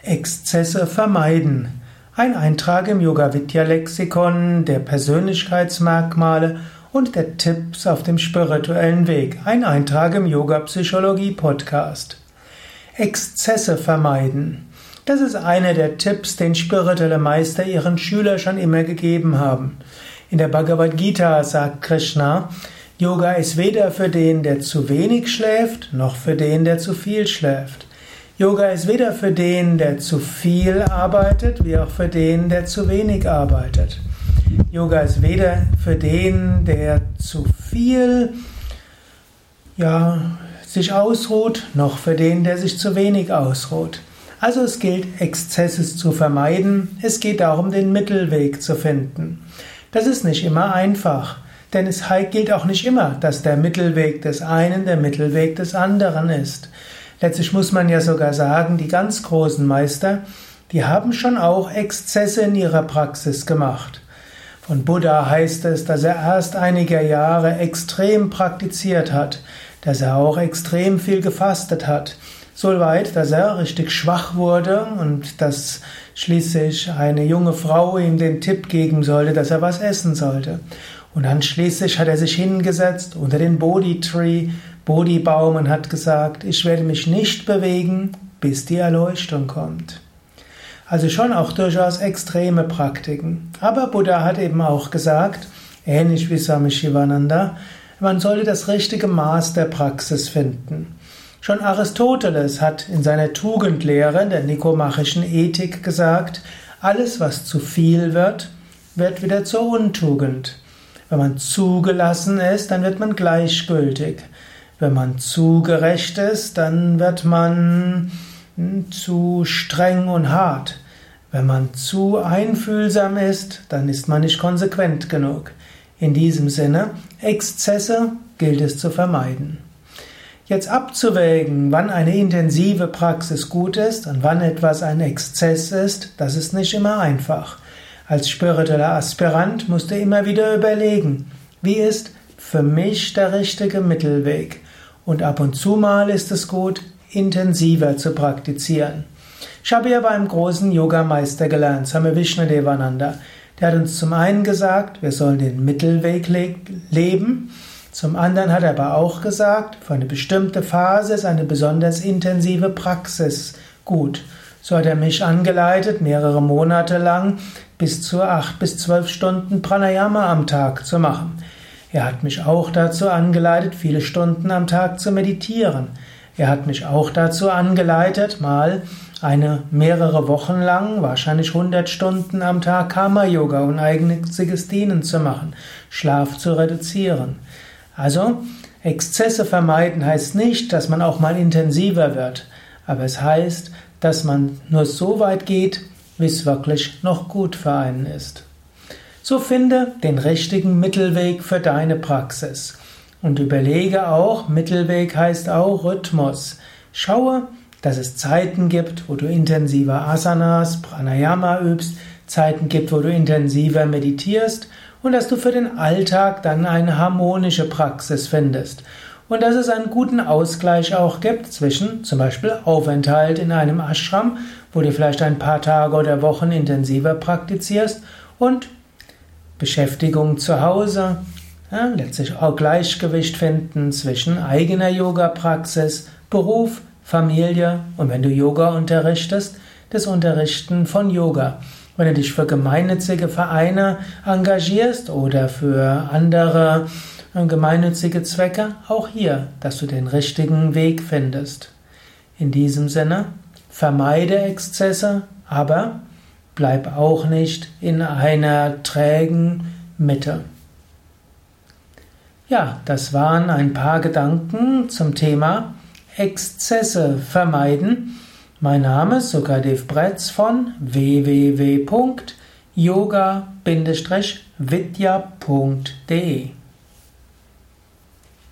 Exzesse vermeiden. Ein Eintrag im Yoga-Vidya-Lexikon der Persönlichkeitsmerkmale und der Tipps auf dem spirituellen Weg. Ein Eintrag im Yoga-Psychologie-Podcast. Exzesse vermeiden. Das ist einer der Tipps, den spirituelle Meister ihren Schülern schon immer gegeben haben. In der Bhagavad Gita sagt Krishna, Yoga ist weder für den, der zu wenig schläft, noch für den, der zu viel schläft. Yoga ist weder für den, der zu viel arbeitet, wie auch für den, der zu wenig arbeitet. Yoga ist weder für den, der zu viel sich ausruht, noch für den, der sich zu wenig ausruht. Also es gilt, Exzesse zu vermeiden. Es geht darum, den Mittelweg zu finden. Das ist nicht immer einfach, denn es gilt auch nicht immer, dass der Mittelweg des einen der Mittelweg des anderen ist. Letztlich muss man ja sogar sagen, die ganz großen Meister, die haben schon auch Exzesse in ihrer Praxis gemacht. Von Buddha heißt es, dass er erst einige Jahre extrem praktiziert hat, dass er auch extrem viel gefastet hat, so weit, dass er richtig schwach wurde und dass schließlich eine junge Frau ihm den Tipp geben sollte, dass er was essen sollte. Und dann schließlich hat er sich hingesetzt unter den Bodhi-Baum und hat gesagt, ich werde mich nicht bewegen, bis die Erleuchtung kommt. Also schon auch durchaus extreme Praktiken. Aber Buddha hat eben auch gesagt, ähnlich wie Swami Shivananda, man sollte das richtige Maß der Praxis finden. Schon Aristoteles hat in seiner Tugendlehre, in der nikomachischen Ethik gesagt, alles was zu viel wird, wird wieder zur Untugend. Wenn man zugelassen ist, dann wird man gleichgültig. Wenn man zu gerecht ist, dann wird man zu streng und hart. Wenn man zu einfühlsam ist, dann ist man nicht konsequent genug. In diesem Sinne, Exzesse gilt es zu vermeiden. Jetzt abzuwägen, wann eine intensive Praxis gut ist und wann etwas ein Exzess ist, das ist nicht immer einfach. Als spiritueller Aspirant musst du immer wieder überlegen, wie ist für mich der richtige Mittelweg? Und ab und zu mal ist es gut, intensiver zu praktizieren. Ich habe ja beim großen Yogameister gelernt, Swami Vishnadevananda. Der hat uns zum einen gesagt, wir sollen den Mittelweg leben. Zum anderen hat er aber auch gesagt, für eine bestimmte Phase ist eine besonders intensive Praxis gut. So hat er mich angeleitet, mehrere Monate lang bis zu 8 bis 12 Stunden Pranayama am Tag zu machen. Er hat mich auch dazu angeleitet, viele Stunden am Tag zu meditieren. Er hat mich auch dazu angeleitet, mehrere Wochen lang, wahrscheinlich 100 Stunden am Tag Karma-Yoga und eigennütziges Dienen zu machen, Schlaf zu reduzieren. Also, Exzesse vermeiden heißt nicht, dass man auch mal intensiver wird, aber es heißt, dass man nur so weit geht, wie es wirklich noch gut für einen ist. So finde den richtigen Mittelweg für deine Praxis. Und überlege auch, Mittelweg heißt auch Rhythmus. Schaue, dass es Zeiten gibt, wo du intensiver Asanas, Pranayama übst, Zeiten gibt, wo du intensiver meditierst und dass du für den Alltag dann eine harmonische Praxis findest. Und dass es einen guten Ausgleich auch gibt zwischen zum Beispiel Aufenthalt in einem Ashram, wo du vielleicht ein paar Tage oder Wochen intensiver praktizierst und Beschäftigung zu Hause, letztlich auch Gleichgewicht finden zwischen eigener Yoga-Praxis, Beruf, Familie und wenn du Yoga unterrichtest, das Unterrichten von Yoga. Wenn du dich für gemeinnützige Vereine engagierst oder für andere gemeinnützige Zwecke, auch hier, dass du den richtigen Weg findest. In diesem Sinne, vermeide Exzesse, aber bleib auch nicht in einer trägen Mitte. Ja, das waren ein paar Gedanken zum Thema Exzesse vermeiden. Mein Name ist Sukadev Bretz von www.yoga-vidya.de